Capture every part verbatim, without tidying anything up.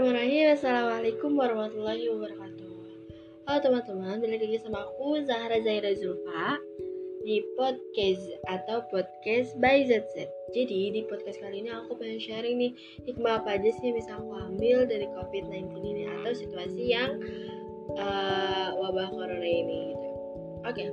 Bismillahirrahmanirrahim. Assalamualaikum warahmatullahi wabarakatuh. Halo teman-teman, balik lagi sama aku Zahra Zaira Zulfa di podcast atau podcast by Z Z. Jadi di podcast kali ini aku pengen sharing nih hikmah apa aja sih yang bisa aku ambil dari covid sembilan belas ini atau situasi yang uh, wabah corona ini gitu. Oke. Okay.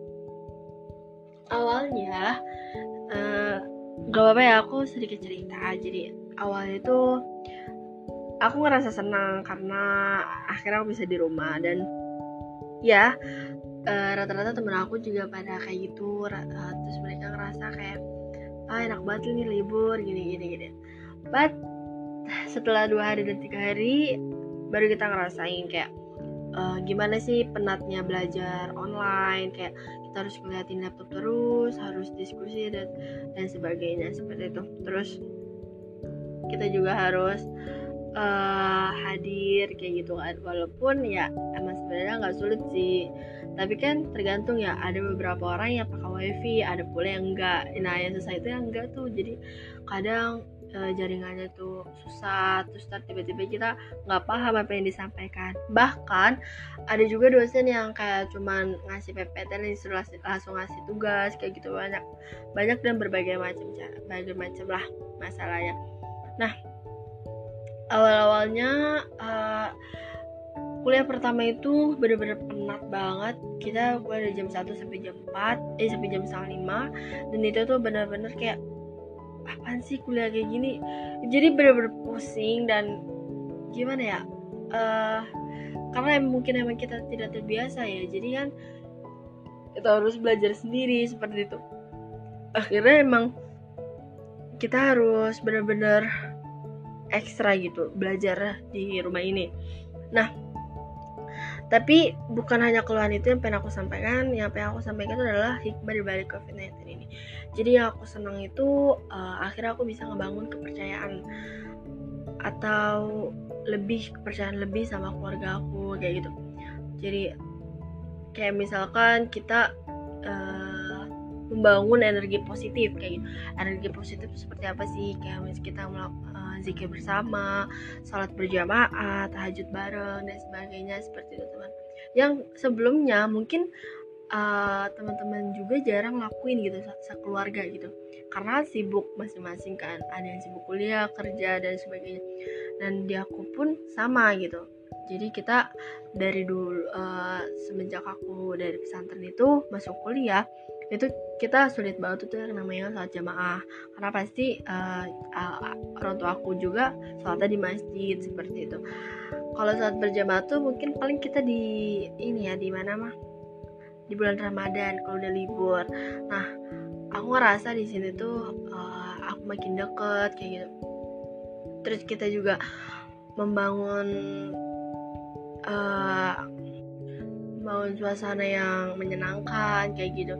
Awalnya uh, gak apa-apa ya, aku sedikit cerita. Jadi awalnya tuh aku ngerasa senang karena akhirnya aku bisa di rumah. Dan ya uh, rata-rata temen aku juga pada kayak gitu. uh, Terus mereka ngerasa kayak ah enak banget nih libur gini-gini gini. But setelah dua hari dan tiga hari baru kita ngerasain kayak uh, gimana sih penatnya belajar online. Kayak kita harus ngeliatin laptop terus, harus diskusi dan dan sebagainya seperti itu. Terus kita juga harus Uh, hadir kayak gitu kan, walaupun ya emang sebenarnya nggak sulit sih, tapi kan tergantung ya, ada beberapa orang yang pakai wifi, ada pula yang enggak. Nah yang susah itu yang enggak tuh, jadi kadang uh, jaringannya tuh susah, terus tiba-tiba kita nggak paham apa yang disampaikan. Bahkan ada juga dosen yang kayak cuman ngasih P P T dan disuruh langsung ngasih tugas kayak gitu, banyak banyak dan berbagai macam berbagai macam lah masalahnya. Nah awal-awalnya uh, kuliah pertama itu benar-benar penat banget. Kita kuliah dari jam satu sampai jam empat, eh sampai jam setengah lima, dan itu tuh benar-benar kayak apaan sih kuliah kayak gini. Jadi benar-benar pusing dan gimana ya, uh, karena mungkin emang kita tidak terbiasa ya, jadi kan kita harus belajar sendiri seperti itu. Akhirnya emang kita harus benar-benar ekstra gitu belajar di rumah ini. Nah, tapi bukan hanya keluhan itu yang pengen aku sampaikan. Yang pengen aku sampaikan itu adalah hikmah di balik covid sembilan belas ini. Jadi yang aku senang itu uh, akhirnya aku bisa ngebangun kepercayaan atau lebih kepercayaan lebih sama keluarga aku kayak gitu. Jadi kayak misalkan kita uh, membangun energi positif kayak gitu. Energi positif itu seperti apa sih? Kayak misalnya kita melakukan zikir bersama, salat berjamaah, tahajud bareng dan sebagainya seperti itu teman. Yang sebelumnya mungkin uh, teman-teman juga jarang lakuin gitu sekeluarga gitu, karena sibuk masing-masing kan, ada yang sibuk kuliah, kerja dan sebagainya. Dan di aku pun sama gitu. Jadi kita dari dulu uh, semenjak aku dari pesantren itu masuk kuliah, itu kita sulit banget tuh yang namanya salat jamaah, karena pasti uh, uh, orang tua aku juga salatnya di masjid seperti itu. Kalau salat berjamaah tuh mungkin paling kita di ini ya, di mana mah di bulan Ramadan kalau udah libur. Nah aku ngerasa di sini tuh uh, aku makin deket kayak gitu. Terus kita juga membangun uh, membangun suasana yang menyenangkan kayak gitu.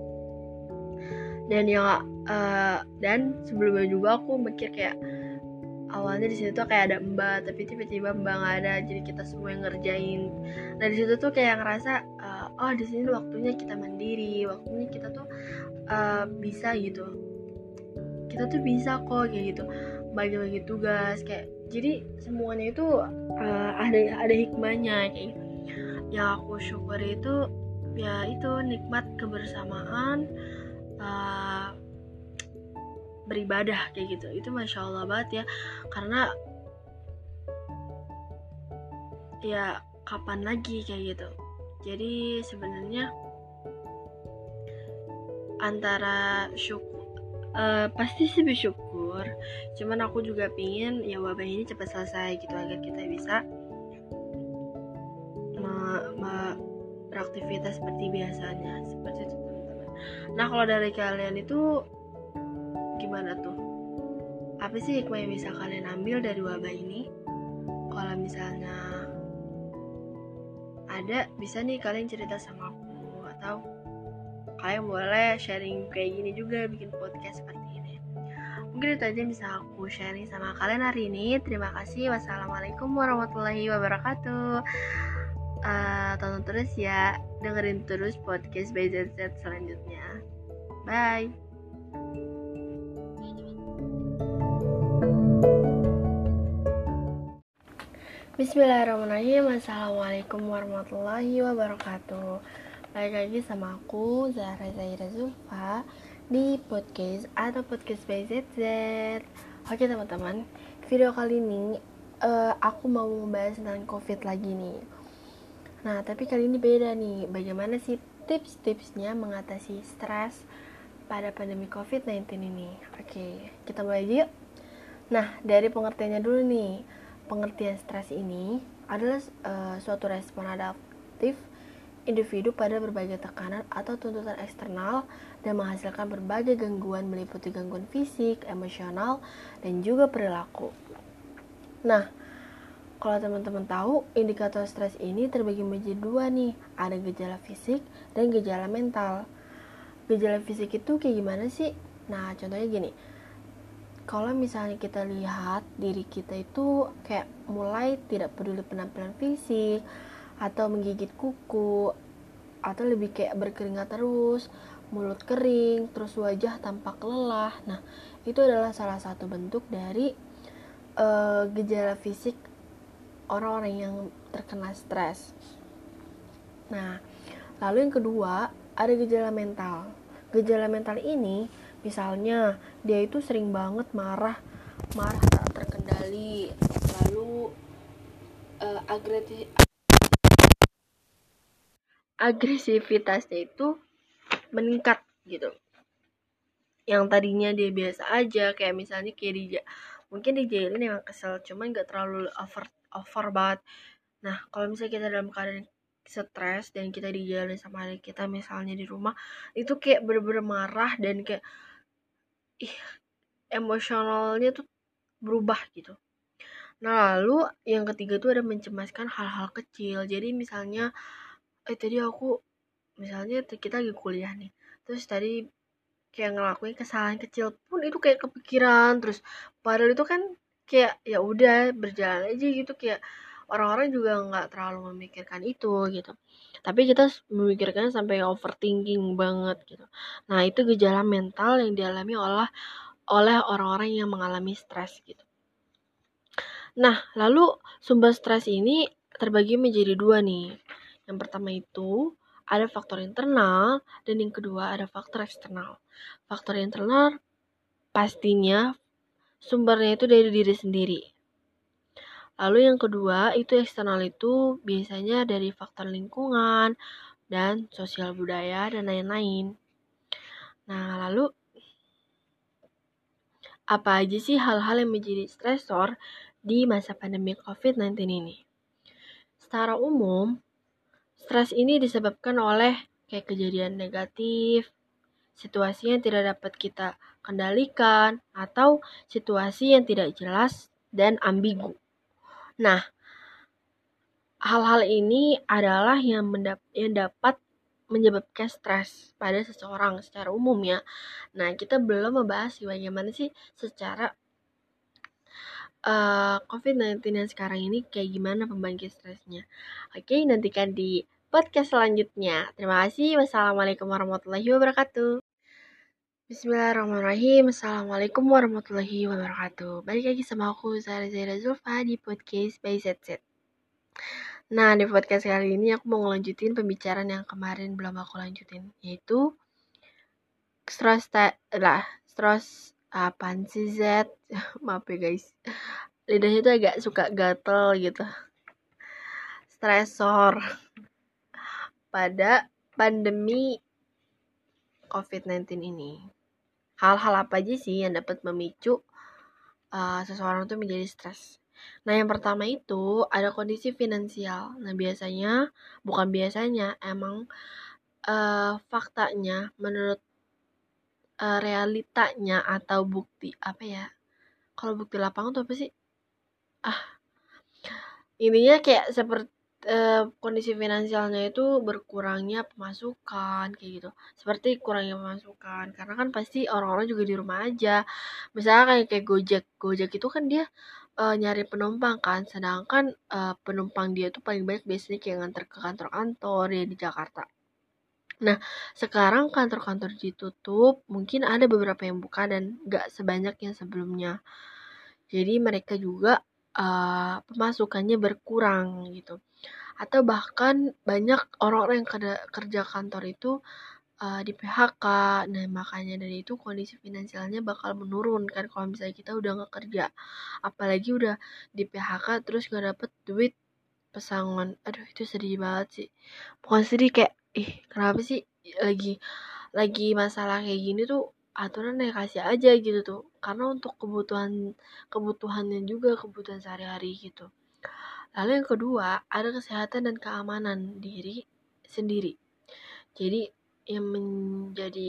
Dan ya uh, dan sebelumnya juga aku mikir kayak awalnya di situ tuh kayak ada mbak, tapi tiba-tiba mbak nggak ada, jadi kita semua yang ngerjain. Nah di situ tuh kayak ngerasa uh, oh di sini waktunya kita mandiri, waktunya kita tuh uh, bisa gitu, kita tuh bisa kok kayak gitu bagi-bagi tugas kayak. Jadi semuanya itu uh, ada ada hikmahnya kayak gitu. Yang aku syukuri itu ya itu nikmat kebersamaan, Uh, beribadah kayak gitu. Itu masya Allah banget ya, karena ya kapan lagi kayak gitu. Jadi sebenarnya antara syukur uh, pasti sih bersyukur, cuman aku juga pingin ya wabah ini cepat selesai gitu, agar kita bisa me- me- beraktivitas seperti biasanya seperti itu. Nah kalau dari kalian itu gimana tuh? Apa sih hikmah yang bisa kalian ambil dari wabah ini? Kalau misalnya ada, bisa nih kalian cerita sama aku, atau kalian boleh sharing kayak gini juga, bikin podcast seperti ini. Mungkin itu aja yang bisa aku sharing sama kalian hari ini. Terima kasih. Wassalamualaikum warahmatullahi wabarakatuh. Uh, tonton terus ya, dengerin terus podcast by Z Z selanjutnya. Bye. Bismillahirrahmanirrahim. Assalamualaikum warahmatullahi wabarakatuh. Balik lagi sama aku Zahra Zaira Zulfa di podcast atau podcast by Z Z. Oke teman-teman, video kali ini uh, aku mau membahas tentang COVID lagi nih. Nah tapi kali ini beda nih. Bagaimana sih tips-tipsnya mengatasi stres pada pandemi covid sembilan belas ini? Oke, kita mulai yuk. Nah dari pengertiannya dulu nih. Pengertian stres ini adalah uh, suatu respon adaptif individu pada berbagai tekanan atau tuntutan eksternal dan menghasilkan berbagai gangguan meliputi gangguan fisik, emosional, dan juga perilaku. Nah, kalau teman-teman tahu, indikator stres ini terbagi menjadi dua nih. Ada gejala fisik dan gejala mental. Gejala fisik itu kayak gimana sih? Nah, contohnya gini. Kalau misalnya kita lihat diri kita itu kayak mulai tidak peduli penampilan fisik atau menggigit kuku atau lebih kayak berkeringat terus, mulut kering, terus wajah tampak lelah. Nah, itu adalah salah satu bentuk dari uh, gejala fisik orang-orang yang terkena stres. Nah, lalu yang kedua ada gejala mental. Gejala mental ini misalnya dia itu sering banget marah, marah tak terkendali, lalu uh, agresif, agresivitasnya itu meningkat gitu. Yang tadinya dia biasa aja, kayak misalnya kayak dia mungkin dijailin emang kesel, cuman nggak terlalu over over banget. Nah, kalau misalnya kita dalam keadaan stres dan kita dijailin sama adik kita misalnya di rumah, itu kayak bener-bener marah dan kayak ih, emosionalnya tuh berubah gitu. Nah, lalu yang ketiga tuh ada mencemaskan hal-hal kecil. Jadi misalnya eh tadi aku misalnya kita lagi kuliah nih. Terus tadi kayak ngelakuin kesalahan kecil pun itu kayak kepikiran, terus padahal itu kan kayak ya udah berjalan aja gitu, kayak orang-orang juga nggak terlalu memikirkan itu gitu, tapi kita memikirkan sampai overthinking banget gitu. Nah itu gejala mental yang dialami oleh oleh orang-orang yang mengalami stres gitu. Nah lalu sumber stres ini terbagi menjadi dua nih. Yang pertama itu ada faktor internal dan yang kedua ada faktor eksternal. Faktor internal pastinya sumbernya itu dari diri sendiri. Lalu yang kedua itu eksternal itu biasanya dari faktor lingkungan dan sosial budaya dan lain-lain. Nah lalu apa aja sih hal-hal yang menjadi stresor di masa pandemi covid sembilan belas ini? Secara umum, stres ini disebabkan oleh kayak kejadian negatif, situasi yang tidak dapat kita kendalikan, atau situasi yang tidak jelas dan ambigu. Nah, hal-hal ini adalah yang, mendap- yang dapat menyebabkan stres pada seseorang secara umum ya. Nah, kita belum membahas bagaimana sih secara uh, covid sembilan belas yang sekarang ini kayak gimana pembangkit stresnya. Oke, nantikan di podcast selanjutnya. Terima kasih. Wassalamualaikum warahmatullahi wabarakatuh. Bismillahirrahmanirrahim. Assalamualaikum warahmatullahi wabarakatuh. Balik lagi sama aku Zahra Zaira Zulfa di podcast by Z Z. Nah di podcast kali ini aku mau ngelanjutin pembicaraan yang kemarin belum aku lanjutin, yaitu stres lah stres apaan sih Z. Maaf ya guys, lidahnya tuh agak suka gatel gitu. Stresor pada pandemi covid sembilan belas ini. Hal-hal apa aja sih yang dapat memicu uh, seseorang tuh menjadi stres? Nah, yang pertama itu ada kondisi finansial. Nah, biasanya, bukan biasanya, emang uh, faktanya, menurut uh, realitanya atau bukti, apa ya? Kalau bukti lapangan tuh apa sih? Ah, intinya kayak seperti Uh, kondisi finansialnya itu berkurangnya pemasukan kayak gitu, seperti kurangnya pemasukan karena kan pasti orang-orang juga di rumah aja. Misalnya kayak kayak Gojek Gojek itu kan dia uh, nyari penumpang kan, sedangkan uh, penumpang dia tuh paling banyak biasanya kayak nganter ke kantor-kantor ya di Jakarta. Nah sekarang kantor-kantor ditutup, mungkin ada beberapa yang buka dan gak sebanyak yang sebelumnya, jadi mereka juga uh, pemasukannya berkurang gitu. Atau bahkan banyak orang-orang yang kerja kantor itu uh, di P H K. Nah, makanya dari itu kondisi finansialnya bakal menurun kan kalau misalnya kita udah nggak kerja. Apalagi udah di P H K terus nggak dapet duit pesangon. Aduh, itu sedih banget sih. Bukan sedih, kayak ih kenapa sih lagi lagi masalah kayak gini tuh aturan ya kasih aja gitu tuh. Karena untuk kebutuhan kebutuhannya juga, kebutuhan sehari-hari gitu. Lalu yang kedua, ada kesehatan dan keamanan diri sendiri. Jadi yang menjadi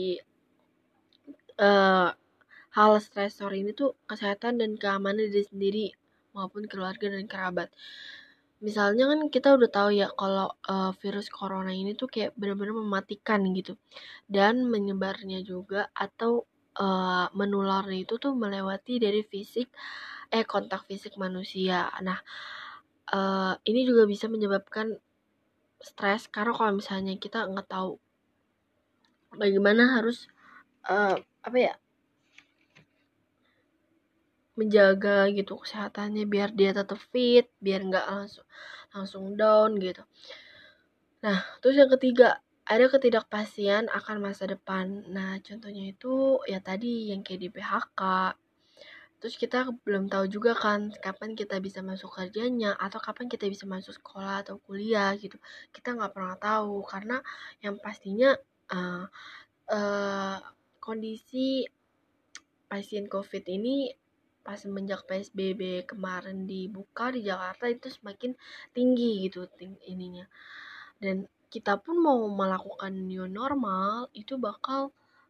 uh, hal stresor ini tuh kesehatan dan keamanan diri sendiri maupun keluarga dan kerabat. Misalnya kan kita udah tahu ya kalau uh, virus corona ini tuh kayak benar-benar mematikan gitu. Dan menyebarnya juga atau uh, menularnya itu tuh melewati dari fisik eh kontak fisik manusia. Nah, uh, ini juga bisa menyebabkan stres karena kalau misalnya kita nggak tahu bagaimana harus uh, apa ya menjaga gitu kesehatannya biar dia tetap fit, biar nggak langsung langsung down gitu. Nah, terus yang ketiga, ada ketidakpastian akan masa depan. Nah, contohnya itu ya tadi yang kayak di P H K. Terus kita belum tahu juga kan kapan kita bisa masuk kerjanya atau kapan kita bisa masuk sekolah atau kuliah gitu. Kita nggak pernah tahu karena yang pastinya uh, uh, kondisi pasien COVID ini pas semenjak P S B B kemarin dibuka di Jakarta itu semakin tinggi gitu ting ininya. Dan kita pun mau melakukan new normal itu bakal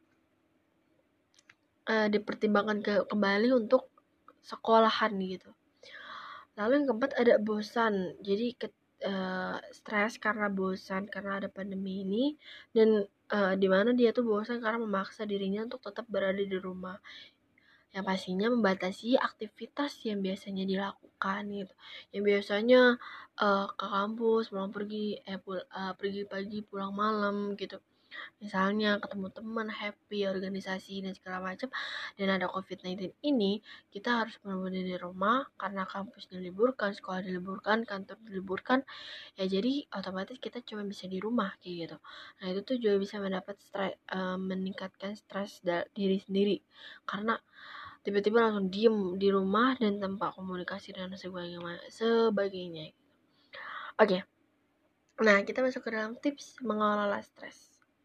uh, dipertimbangkan ke kembali untuk sekolahan gitu. Lalu yang keempat ada bosan. Jadi ke, uh, stres karena bosan karena ada pandemi ini dan uh, di mana dia tuh bosan karena memaksa dirinya untuk tetap berada di rumah. Yang pastinya membatasi aktivitas yang biasanya dilakukan gitu. Yang biasanya uh, ke kampus, pulang pergi, eh pul uh, pergi pagi, pulang malam gitu. Misalnya ketemu teman, happy, organisasi dan segala macam. Dan ada covid sembilan belas ini, kita harus benar-benar di rumah karena kampus diliburkan, sekolah diliburkan, kantor diliburkan. Ya jadi otomatis kita cuma bisa di rumah kayak gitu. Nah, itu tuh juga bisa mendapat stres, uh, meningkatkan stres diri sendiri. Karena tiba-tiba langsung diem di rumah dan tanpa komunikasi dan sebagainya. Oke, nah kita masuk ke dalam tips mengelola stres.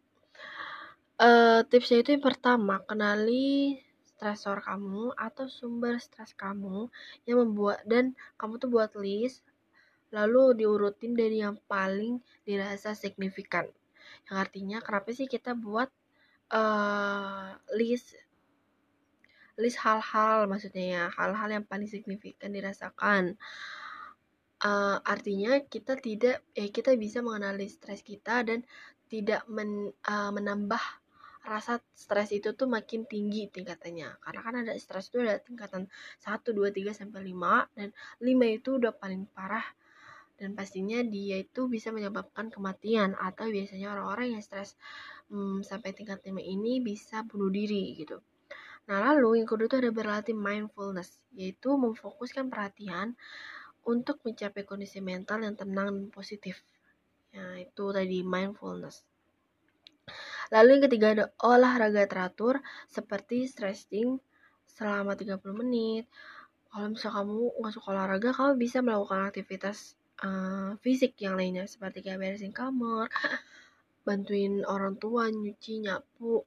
Uh, tipsnya itu yang pertama, kenali stresor kamu atau sumber stres kamu yang membuat dan kamu tuh buat list lalu diurutin dari yang paling dirasa signifikan. Yang artinya kenapa sih kita buat uh, list list hal-hal maksudnya ya, hal-hal yang paling signifikan dirasakan. Uh, artinya kita tidak eh kita bisa mengenali stres kita dan tidak men, uh, menambah rasa stres itu tuh makin tinggi tingkatannya. Karena kan ada stres itu ada tingkatan satu, dua, tiga sampai lima dan lima itu udah paling parah dan pastinya dia itu bisa menyebabkan kematian atau biasanya orang-orang yang stres hmm, sampai tingkat lima ini bisa bunuh diri gitu. Nah, lalu yang kedua itu ada berlatih mindfulness, yaitu memfokuskan perhatian untuk mencapai kondisi mental yang tenang dan positif. Ya, itu tadi mindfulness. Lalu yang ketiga ada olahraga teratur seperti stretching selama tiga puluh menit. Kalau misalnya kamu nggak suka olahraga, kamu bisa melakukan aktivitas uh, fisik yang lainnya seperti kayak beresin kamar, bantuin orang tua nyuci, nyapu,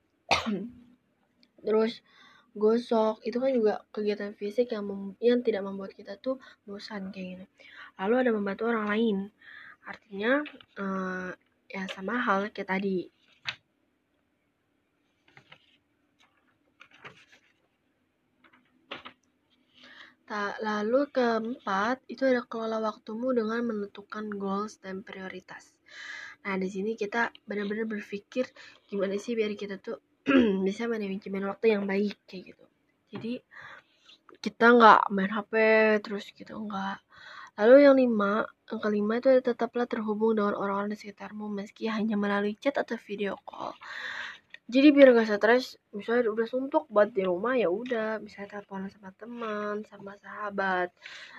terus gosok. Itu kan juga kegiatan fisik yang mem- yang tidak membuat kita tuh bosan kayak gini. Lalu ada membantu orang lain. Artinya uh, ya sama hal kayak tadi. Lalu keempat, itu ada kelola waktumu dengan menentukan goals dan prioritas. Nah, di sini kita benar-benar berpikir gimana sih biar kita tuh bisa manajemen waktu yang baik kayak gitu. Jadi kita nggak main H P terus gitu, nggak. Lalu yang lima, yang kelima itu tetaplah terhubung dengan orang-orang di sekitarmu meski hanya melalui chat atau video call. Jadi biar gak stres, misalnya udah suntuk buat di rumah, ya udah bisa teleponan sama teman, sama sahabat.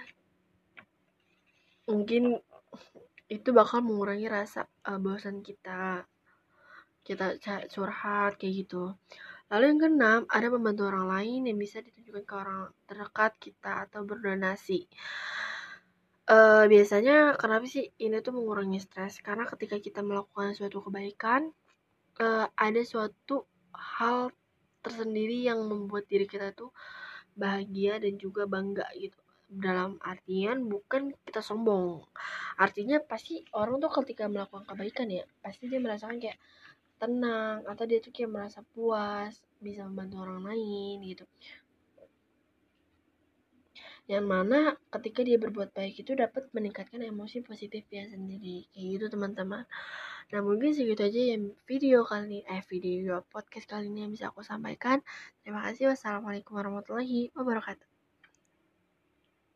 Mungkin itu bakal mengurangi rasa uh, bosan kita, kita curhat kayak gitu. Lalu yang keenam, ada membantu orang lain yang bisa ditujukan ke orang terdekat kita atau berdonasi. Uh, biasanya kenapa sih ini tuh mengurangi stres? Karena ketika kita melakukan suatu kebaikan, uh, ada suatu hal tersendiri yang membuat diri kita tuh bahagia dan juga bangga gitu. Dalam artian bukan kita sombong. Artinya pasti orang tuh ketika melakukan kebaikan ya, pasti dia merasakan kayak tenang atau dia tuh kayak merasa puas bisa membantu orang lain gitu. Yang mana ketika dia berbuat baik itu dapat meningkatkan emosi positif dia sendiri kayak gitu teman-teman. Nah mungkin segitu aja yang video kali ini eh video podcast kali ini yang bisa aku sampaikan. Terima kasih. Wassalamualaikum warahmatullahi wabarakatuh.